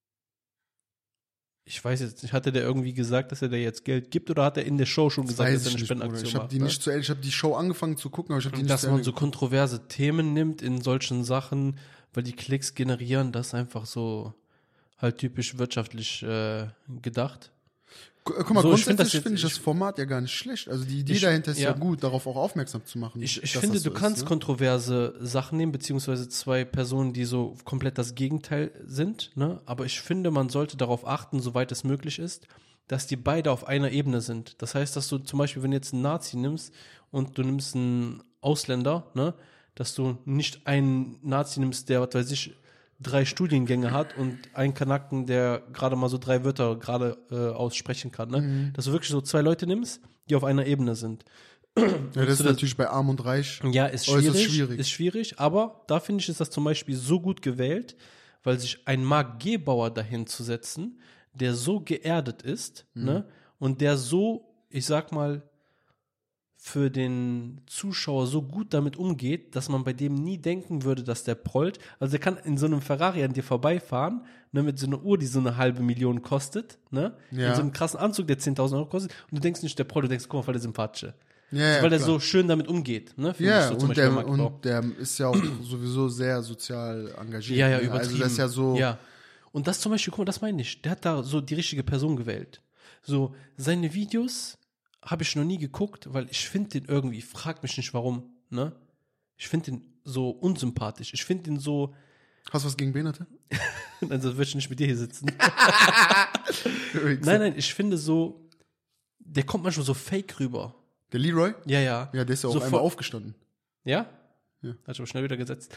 Speaker 2: ich weiß jetzt nicht, hatte der irgendwie gesagt, dass er dir jetzt Geld gibt oder hat er in der Show schon gesagt, dass er eine Spendenaktion
Speaker 1: Ich habe
Speaker 2: macht?
Speaker 1: die
Speaker 2: ne?
Speaker 1: nicht zu Ende, ich habe die Show angefangen zu gucken, aber ich habe die nicht
Speaker 2: Dass
Speaker 1: zu
Speaker 2: man
Speaker 1: Ende
Speaker 2: so kontroverse Themen nimmt in solchen Sachen, weil die Klicks generieren, das ist einfach so halt typisch wirtschaftlich äh, gedacht.
Speaker 1: Gu- Guck mal,
Speaker 2: So, ich find
Speaker 1: grundsätzlich
Speaker 2: das jetzt-
Speaker 1: finde ich das
Speaker 2: ich-
Speaker 1: Format ja gar nicht schlecht. Also die Idee
Speaker 2: Ich-
Speaker 1: dahinter ist ja.
Speaker 2: ja.
Speaker 1: gut, darauf auch aufmerksam zu machen.
Speaker 2: Ich, ich
Speaker 1: dass
Speaker 2: finde,
Speaker 1: das so
Speaker 2: du kannst
Speaker 1: ist, ne?
Speaker 2: kontroverse Sachen nehmen, beziehungsweise zwei Personen, die so komplett das Gegenteil sind, ne? Aber ich finde, man sollte darauf achten, soweit es möglich ist, dass die beide auf einer Ebene sind. Das heißt, dass du zum Beispiel, wenn du jetzt einen Nazi nimmst und du nimmst einen Ausländer, ne? Dass du nicht einen Nazi nimmst, der, was weiß ich, drei Studiengänge hat und einen Kanaken, der gerade mal so drei Wörter gerade äh, aussprechen kann, ne?
Speaker 1: Mhm.
Speaker 2: Dass du wirklich so zwei Leute nimmst, die auf einer Ebene sind.
Speaker 1: Ja, das ist
Speaker 2: du das-
Speaker 1: natürlich bei Arm und Reich.
Speaker 2: Ja, ist
Speaker 1: äußerst
Speaker 2: schwierig,
Speaker 1: schwierig.
Speaker 2: Ist schwierig, aber da finde ich, ist das zum Beispiel so gut gewählt, weil sich ein Marc Gebauer dahin zu setzen, der so geerdet ist,
Speaker 1: Mhm.
Speaker 2: ne? Und der so, ich sag mal, für den Zuschauer so gut damit umgeht, dass man bei dem nie denken würde, dass der prollt. Also der kann in so einem Ferrari an dir vorbeifahren, ne, mit so einer Uhr, die so eine halbe Million kostet, ne?
Speaker 1: Ja.
Speaker 2: In so einem krassen Anzug, der zehntausend Euro kostet. Und du denkst nicht, der prollt, du denkst, guck mal, voll der Sympathische.
Speaker 1: Ja, ja,
Speaker 2: weil er
Speaker 1: klar.
Speaker 2: so schön damit umgeht, ne? Finde
Speaker 1: Ja,
Speaker 2: ich so zum
Speaker 1: und,
Speaker 2: Beispiel
Speaker 1: der,
Speaker 2: bei Marc Gebauer.
Speaker 1: und der ist ja auch sowieso sehr sozial engagiert.
Speaker 2: Ja, ja,
Speaker 1: ne?
Speaker 2: übertrieben.
Speaker 1: Also das ist ja so.
Speaker 2: Ja. Und das zum Beispiel, guck mal, das meine ich. Der hat da so die richtige Person gewählt. So, seine Videos habe ich noch nie geguckt, weil ich finde den irgendwie, frag mich nicht warum, ne? Ich finde den so unsympathisch. Ich finde den so,
Speaker 1: Hast du was gegen Behinderte?
Speaker 2: also würde ich nicht mit dir hier sitzen. nein, nein, ich finde so, der kommt manchmal so fake rüber.
Speaker 1: Der Leroy?
Speaker 2: Ja, ja.
Speaker 1: Ja, der ist ja auch
Speaker 2: So
Speaker 1: einmal
Speaker 2: voll-
Speaker 1: aufgestanden.
Speaker 2: Ja?
Speaker 1: Ja.
Speaker 2: Hat ich aber schnell wieder gesetzt.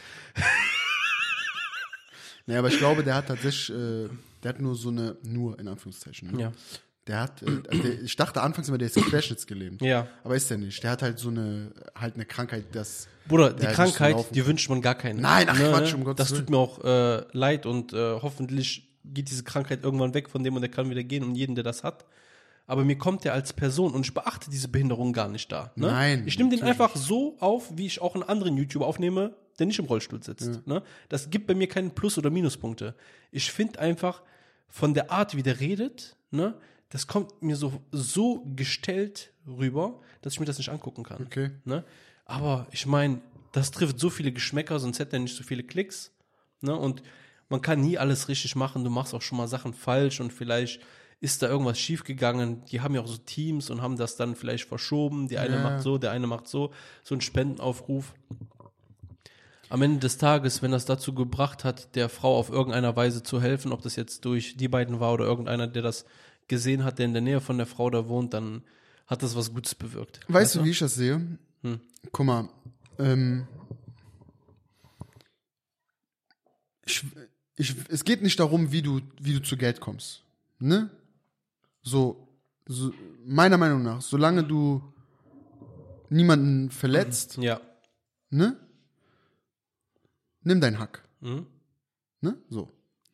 Speaker 1: Nee, aber ich glaube, der hat tatsächlich, äh, der hat nur so eine, nur in Anführungszeichen. Ne?
Speaker 2: Ja.
Speaker 1: Der hat, äh, der, ich dachte anfangs immer, der ist querschnittsgelähmt.
Speaker 2: Ja.
Speaker 1: Aber ist der nicht. Der hat halt so eine, halt eine Krankheit, das.
Speaker 2: Bruder, die
Speaker 1: der halt nicht so
Speaker 2: Krankheit,
Speaker 1: laufen
Speaker 2: die
Speaker 1: kann.
Speaker 2: wünscht man gar keine.
Speaker 1: Nein, ach
Speaker 2: Ne,
Speaker 1: Quatsch,
Speaker 2: ne?
Speaker 1: um Gottes
Speaker 2: Das
Speaker 1: Willen.
Speaker 2: tut mir auch äh, leid und äh, hoffentlich geht diese Krankheit irgendwann weg von dem und der kann wieder gehen und jeden, der das hat. Aber mir kommt der als Person und ich beachte diese Behinderung gar nicht da. Ne?
Speaker 1: Nein,
Speaker 2: Ich nehme den
Speaker 1: natürlich
Speaker 2: einfach so auf, wie ich auch einen anderen YouTuber aufnehme, der nicht im Rollstuhl sitzt. Ne? Das gibt bei mir keine Plus- oder Minuspunkte. Ich finde einfach von der Art, wie der redet, ne, das kommt mir so, so gestellt rüber, dass ich mir das nicht angucken kann.
Speaker 1: Okay.
Speaker 2: Ne? Aber ich meine, das trifft so viele Geschmäcker, sonst hätte er nicht so viele Klicks. Ne? Und man kann nie alles richtig machen, du machst auch schon mal Sachen falsch und vielleicht ist da irgendwas schiefgegangen. Die haben ja auch so Teams und haben das dann vielleicht verschoben. Die eine
Speaker 1: Ja.
Speaker 2: macht so, der eine macht so. So ein Spendenaufruf. Am Ende des Tages, wenn das dazu gebracht hat, der Frau auf irgendeiner Weise zu helfen, ob das jetzt durch die beiden war oder irgendeiner, der das gesehen hat, der in der Nähe von der Frau da wohnt, dann hat das was Gutes bewirkt.
Speaker 1: Weißt du, wie ich das sehe?
Speaker 2: Hm.
Speaker 1: Guck mal, ähm, ich, ich, es geht nicht darum, wie du, wie du zu Geld kommst. Ne? So, so, meiner Meinung nach, solange du niemanden verletzt,
Speaker 2: Ja.
Speaker 1: ne? Nimm deinen Hack.
Speaker 2: Mhm.
Speaker 1: Ne? So.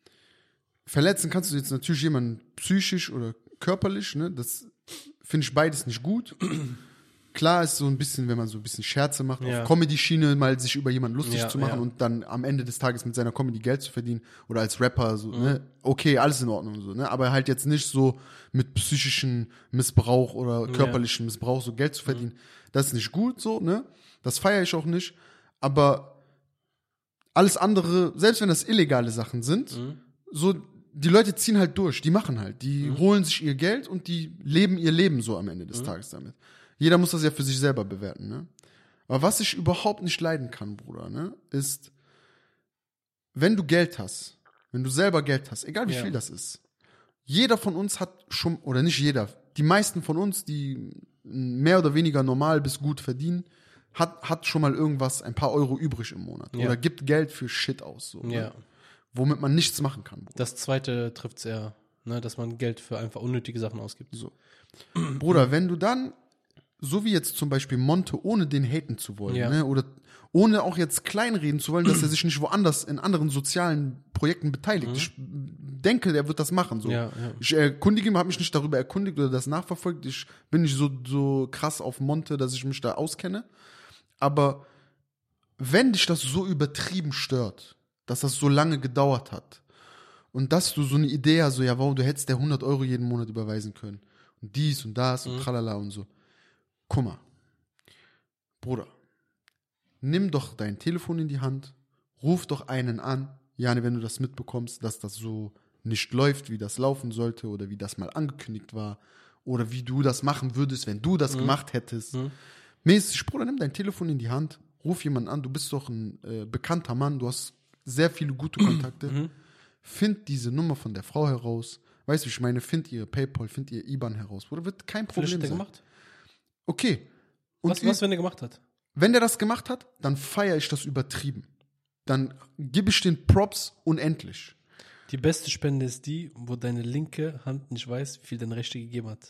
Speaker 1: Verletzen kannst du jetzt natürlich jemanden psychisch oder körperlich, ne? Das finde ich beides nicht gut. Klar ist so ein bisschen, wenn man so ein bisschen Scherze macht,
Speaker 2: Ja.
Speaker 1: auf Comedy-Schiene mal sich über jemanden lustig
Speaker 2: Ja,
Speaker 1: zu machen
Speaker 2: ja.
Speaker 1: und dann am Ende des Tages mit seiner Comedy Geld zu verdienen oder als Rapper, so, ne? Okay, alles in Ordnung, so, ne? Aber halt jetzt nicht so mit psychischen Missbrauch oder körperlichen Missbrauch so Geld zu verdienen. Das ist nicht gut, so, ne? Das feiere ich auch nicht. Aber alles andere, selbst wenn das illegale Sachen sind,
Speaker 2: Mhm.
Speaker 1: so, die Leute ziehen halt durch, die machen halt, die
Speaker 2: Mhm.
Speaker 1: holen sich ihr Geld und die leben ihr Leben so am Ende des
Speaker 2: Mhm.
Speaker 1: Tages damit. Jeder muss das ja für sich selber bewerten, ne? Aber was ich überhaupt nicht leiden kann, Bruder, ne, ist, wenn du Geld hast, wenn du selber Geld hast, egal wie
Speaker 2: Ja.
Speaker 1: viel das ist, jeder von uns hat schon, oder nicht jeder, die meisten von uns, die mehr oder weniger normal bis gut verdienen, hat, hat schon mal irgendwas, ein paar Euro übrig im Monat.
Speaker 2: Ja.
Speaker 1: Oder gibt Geld für Shit aus, so,
Speaker 2: Ja.
Speaker 1: ne? Womit man nichts machen kann, Bruder.
Speaker 2: Das zweite trifft es eher, ne, dass man Geld für einfach unnötige Sachen ausgibt.
Speaker 1: So. Bruder, wenn du dann, so wie jetzt zum Beispiel Monte, ohne den haten zu wollen,
Speaker 2: Ja.
Speaker 1: ne, oder ohne auch jetzt kleinreden zu wollen, dass er sich nicht woanders in anderen sozialen Projekten beteiligt. Ich denke, der wird das machen. So.
Speaker 2: Ja, ja.
Speaker 1: Ich erkundige mich, habe mich nicht darüber erkundigt oder das nachverfolgt. Ich bin nicht so, so krass auf Monte, dass ich mich da auskenne. Aber wenn dich das so übertrieben stört, dass das so lange gedauert hat und dass du so eine Idee hast, so, ja, warum, du hättest der hundert Euro jeden Monat überweisen können und dies und das und tralala und so. Guck mal, Bruder, nimm doch dein Telefon in die Hand, ruf doch einen an, Jane, wenn du das mitbekommst, dass das so nicht läuft, wie das laufen sollte oder wie das mal angekündigt war oder wie du das machen würdest, wenn du das
Speaker 2: Mhm.
Speaker 1: gemacht hättest.
Speaker 2: Mhm.
Speaker 1: Mäßig, Bruder, nimm dein Telefon in die Hand, ruf jemanden an, du bist doch ein äh, bekannter Mann, du hast sehr viele gute Kontakte,
Speaker 2: Mhm.
Speaker 1: find diese Nummer von der Frau heraus, weißt du, wie ich meine, find ihre PayPal, find ihr I B A N heraus, Bruder, wird kein
Speaker 2: Vielleicht
Speaker 1: Problem
Speaker 2: hat er
Speaker 1: sein.
Speaker 2: gemacht.
Speaker 1: Okay. Und
Speaker 2: Was, was, wenn er gemacht hat?
Speaker 1: wenn der das gemacht hat, dann feiere ich das übertrieben. Dann gebe ich den Props unendlich.
Speaker 2: Die beste Spende ist die, wo deine linke Hand nicht weiß, wie viel deine rechte gegeben hat.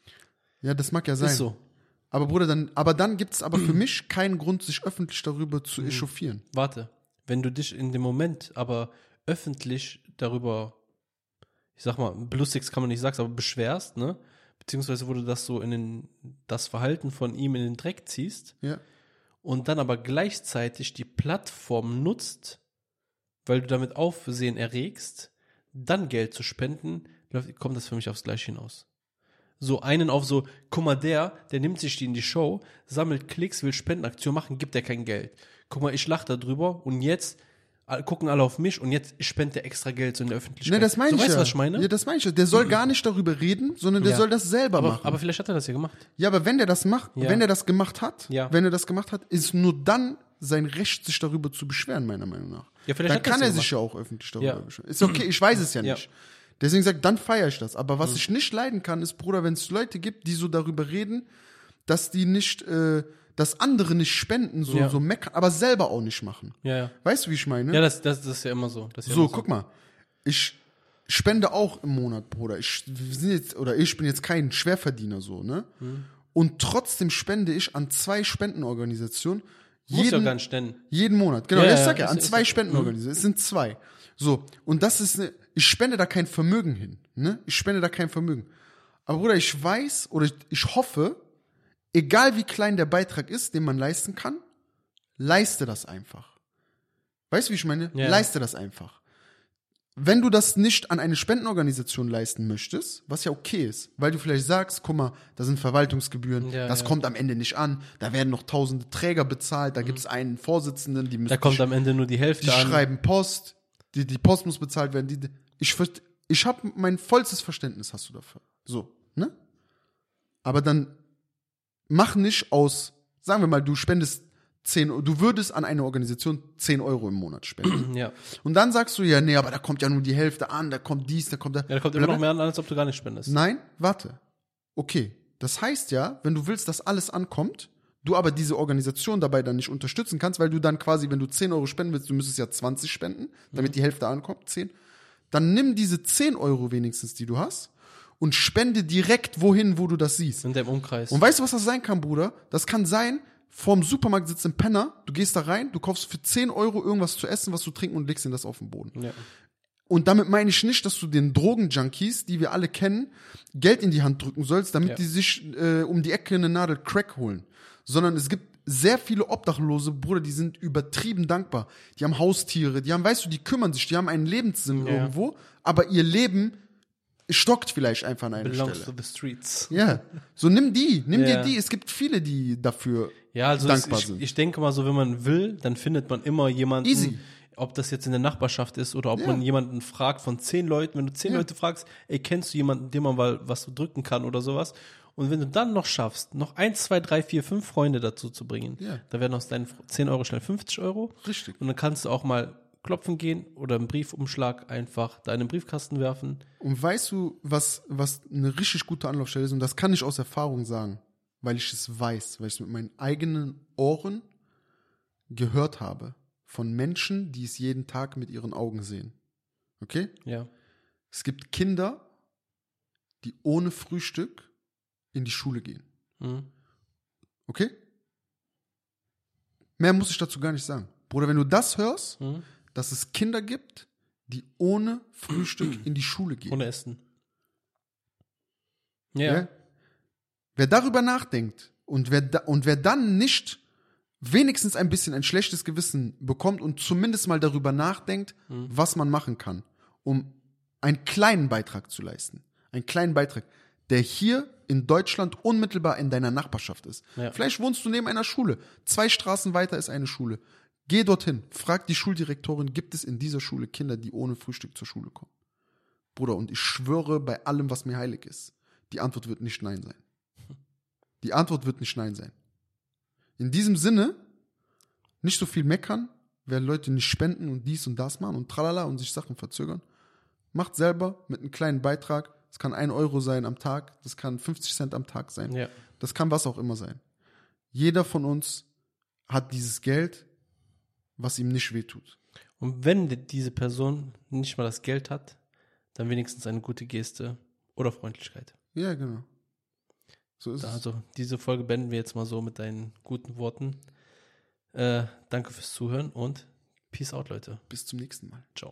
Speaker 1: Ja, das mag ja sein.
Speaker 2: Ist so.
Speaker 1: Aber Bruder, dann, aber dann gibt es aber für mich keinen Grund, sich öffentlich darüber zu echauffieren.
Speaker 2: Warte, wenn du dich in dem Moment aber öffentlich darüber, ich sag mal, belustigst kann man nicht sagen, aber beschwerst, ne? Beziehungsweise wo du das so in den, das Verhalten von ihm in den Dreck ziehst
Speaker 1: Ja.
Speaker 2: und dann aber gleichzeitig die Plattform nutzt, weil du damit Aufsehen erregst, dann Geld zu spenden, läuft- kommt das für mich aufs Gleiche hinaus. So einen auf so, guck mal, der, der nimmt sich die in die Show, sammelt Klicks, will Spendenaktion machen, gibt er kein Geld. Guck mal, ich lache da drüber und jetzt all- gucken alle auf mich und jetzt spendet er extra Geld so in der Öffentlichkeit.
Speaker 1: Ne, das meine
Speaker 2: so,
Speaker 1: ich
Speaker 2: weißt
Speaker 1: ja.
Speaker 2: du, was ich meine?
Speaker 1: Ja, das meine ich ja. Der soll gar nicht darüber reden, sondern der
Speaker 2: Ja.
Speaker 1: soll das selber
Speaker 2: aber,
Speaker 1: machen.
Speaker 2: aber vielleicht hat er das ja gemacht.
Speaker 1: ja, aber wenn der das macht,
Speaker 2: Ja.
Speaker 1: wenn er das gemacht hat,
Speaker 2: Ja.
Speaker 1: wenn er das gemacht hat, ist nur dann sein Recht, sich darüber zu beschweren, meiner Meinung nach.
Speaker 2: Ja, vielleicht
Speaker 1: dann
Speaker 2: hat er
Speaker 1: kann
Speaker 2: das
Speaker 1: er
Speaker 2: ja
Speaker 1: sich ja auch öffentlich darüber
Speaker 2: Ja.
Speaker 1: beschweren. Ist okay, ich weiß es ja
Speaker 2: Ja.
Speaker 1: nicht. Deswegen sagt, dann feiere ich das. Aber was ich nicht leiden kann, ist, Bruder, wenn es Leute gibt, die so darüber reden, dass die nicht, äh, dass andere nicht spenden, so,
Speaker 2: Ja.
Speaker 1: so meckern, aber selber auch nicht machen.
Speaker 2: Ja, ja.
Speaker 1: Weißt du, wie ich meine?
Speaker 2: Ja, das, das, das ist ja immer so. Das ist ja
Speaker 1: so,
Speaker 2: immer
Speaker 1: guck mal. Ich spende auch im Monat, Bruder. Ich, wir sind jetzt, oder ich bin jetzt kein Schwerverdiener, so, ne?
Speaker 2: Hm.
Speaker 1: Und trotzdem spende ich an zwei Spendenorganisationen.
Speaker 2: Muss ja
Speaker 1: Jeden,
Speaker 2: gar nicht stellen.
Speaker 1: jeden Monat, genau.
Speaker 2: Ja,
Speaker 1: Ja, ich
Speaker 2: ja,
Speaker 1: sag ja,
Speaker 2: ist-
Speaker 1: an
Speaker 2: ist-
Speaker 1: zwei
Speaker 2: ist-
Speaker 1: Spendenorganisationen. Es sind zwei. So, und das ist eine, ich spende da kein Vermögen hin, ne? Ich spende da kein Vermögen. Aber Bruder, ich weiß oder ich, ich hoffe, egal wie klein der Beitrag ist, den man leisten kann, leiste das einfach. Weißt du, wie ich meine?
Speaker 2: Ja.
Speaker 1: Leiste das einfach. Wenn du das nicht an eine Spendenorganisation leisten möchtest, was ja okay ist, weil du vielleicht sagst, guck mal, da sind Verwaltungsgebühren,
Speaker 2: Ja,
Speaker 1: das
Speaker 2: ja.
Speaker 1: kommt am Ende nicht an, da werden noch tausende Träger bezahlt, da gibt es einen Vorsitzenden, die müssen
Speaker 2: Da kommt am Ende nur die Hälfte
Speaker 1: die
Speaker 2: an.
Speaker 1: schreiben Post. die, die Post muss bezahlt werden. Die, ich ich habe mein vollstes Verständnis, hast du dafür. So, ne? Aber dann mach nicht aus, sagen wir mal, du spendest zehn, du würdest an eine Organisation zehn Euro im Monat spenden.
Speaker 2: Ja.
Speaker 1: Und dann sagst du ja, nee, aber da kommt ja nur die Hälfte an, da kommt dies, da kommt da.
Speaker 2: Ja, da kommt immer noch mehr an, als ob du gar nicht spendest.
Speaker 1: Nein, warte. Okay. Das heißt ja, wenn du willst, dass alles ankommt, du aber diese Organisation dabei dann nicht unterstützen kannst, weil du dann quasi, wenn du zehn Euro spenden willst, du müsstest ja zwanzig spenden, damit mhm. die Hälfte ankommt, zehn. Dann nimm diese zehn Euro wenigstens, die du hast, und spende direkt wohin, wo du das siehst.
Speaker 2: In deinem Umkreis.
Speaker 1: Und weißt du, was das sein kann, Bruder? Das kann sein, vorm Supermarkt sitzt ein Penner, du gehst da rein, du kaufst für zehn Euro irgendwas zu essen, was zu trinken und legst ihn das auf den Boden.
Speaker 2: Ja.
Speaker 1: Und damit meine ich nicht, dass du den Drogenjunkies, die wir alle kennen, Geld in die Hand drücken sollst, damit ja. die sich äh, um die Ecke eine Nadel Crack holen. Sondern es gibt sehr viele Obdachlose, Bruder, die sind übertrieben dankbar. Die haben Haustiere, die haben, weißt du, die kümmern sich, die haben einen Lebenssinn ja. irgendwo, aber ihr Leben stockt vielleicht einfach an einer
Speaker 2: Belongs
Speaker 1: Stelle.
Speaker 2: to the streets.
Speaker 1: Ja, so nimm die, nimm
Speaker 2: ja.
Speaker 1: dir die. Es gibt viele, die dafür
Speaker 2: ja, also
Speaker 1: dankbar
Speaker 2: ich,
Speaker 1: sind.
Speaker 2: Ich denke mal so, wenn man will, dann findet man immer jemanden,
Speaker 1: Easy.
Speaker 2: Ob das jetzt in der Nachbarschaft ist oder ob ja. man jemanden fragt von zehn Leuten. Wenn du zehn ja. Leute fragst, ey, kennst du jemanden, dem man mal was drücken kann oder sowas? Und wenn du dann noch schaffst, noch eins, zwei, drei, vier, fünf Freunde dazu zu bringen, ja. da werden aus deinen zehn Euro schnell fünfzig Euro.
Speaker 1: Richtig.
Speaker 2: Und dann kannst du auch mal klopfen gehen oder einen Briefumschlag einfach da in den Briefkasten werfen.
Speaker 1: Und weißt du, was, was eine richtig gute Anlaufstelle ist? Und das kann ich aus Erfahrung sagen, weil ich es weiß, weil ich es mit meinen eigenen Ohren gehört habe. Von Menschen, die es jeden Tag mit ihren Augen sehen. Okay?
Speaker 2: Ja.
Speaker 1: Es gibt Kinder, die ohne Frühstück in die Schule gehen.
Speaker 2: Mhm.
Speaker 1: Okay? Mehr muss ich dazu gar nicht sagen. Bruder, wenn du das hörst, mhm. dass es Kinder gibt, die ohne Frühstück in die Schule gehen.
Speaker 2: Ohne Essen. Ja.
Speaker 1: ja? Wer darüber nachdenkt und wer, da, und wer dann nicht wenigstens ein bisschen ein schlechtes Gewissen bekommt und zumindest mal darüber nachdenkt, mhm. was man machen kann, um einen kleinen Beitrag zu leisten. Einen kleinen Beitrag, der hier in Deutschland unmittelbar in deiner Nachbarschaft ist.
Speaker 2: Ja.
Speaker 1: Vielleicht wohnst du neben einer Schule. Zwei Straßen weiter ist eine Schule. Geh dorthin, frag die Schuldirektorin, gibt es in dieser Schule Kinder, die ohne Frühstück zur Schule kommen? Bruder, und ich schwöre bei allem, was mir heilig ist, die Antwort wird nicht Nein sein. Die Antwort wird nicht Nein sein. In diesem Sinne, nicht so viel meckern, wer Leute nicht spenden und dies und das machen und tralala und sich Sachen verzögern. Macht selber mit einem kleinen Beitrag. Das kann ein Euro sein am Tag, das kann fünfzig Cent am Tag sein.
Speaker 2: Ja.
Speaker 1: Das kann was auch immer sein. Jeder von uns hat dieses Geld, was ihm nicht wehtut.
Speaker 2: Und wenn diese Person nicht mal das Geld hat, dann wenigstens eine gute Geste oder Freundlichkeit.
Speaker 1: Ja, genau. So ist
Speaker 2: also
Speaker 1: es.
Speaker 2: diese Folge beenden wir jetzt mal so mit deinen guten Worten. Äh, danke fürs Zuhören und Peace out, Leute.
Speaker 1: Bis zum nächsten Mal.
Speaker 2: Ciao.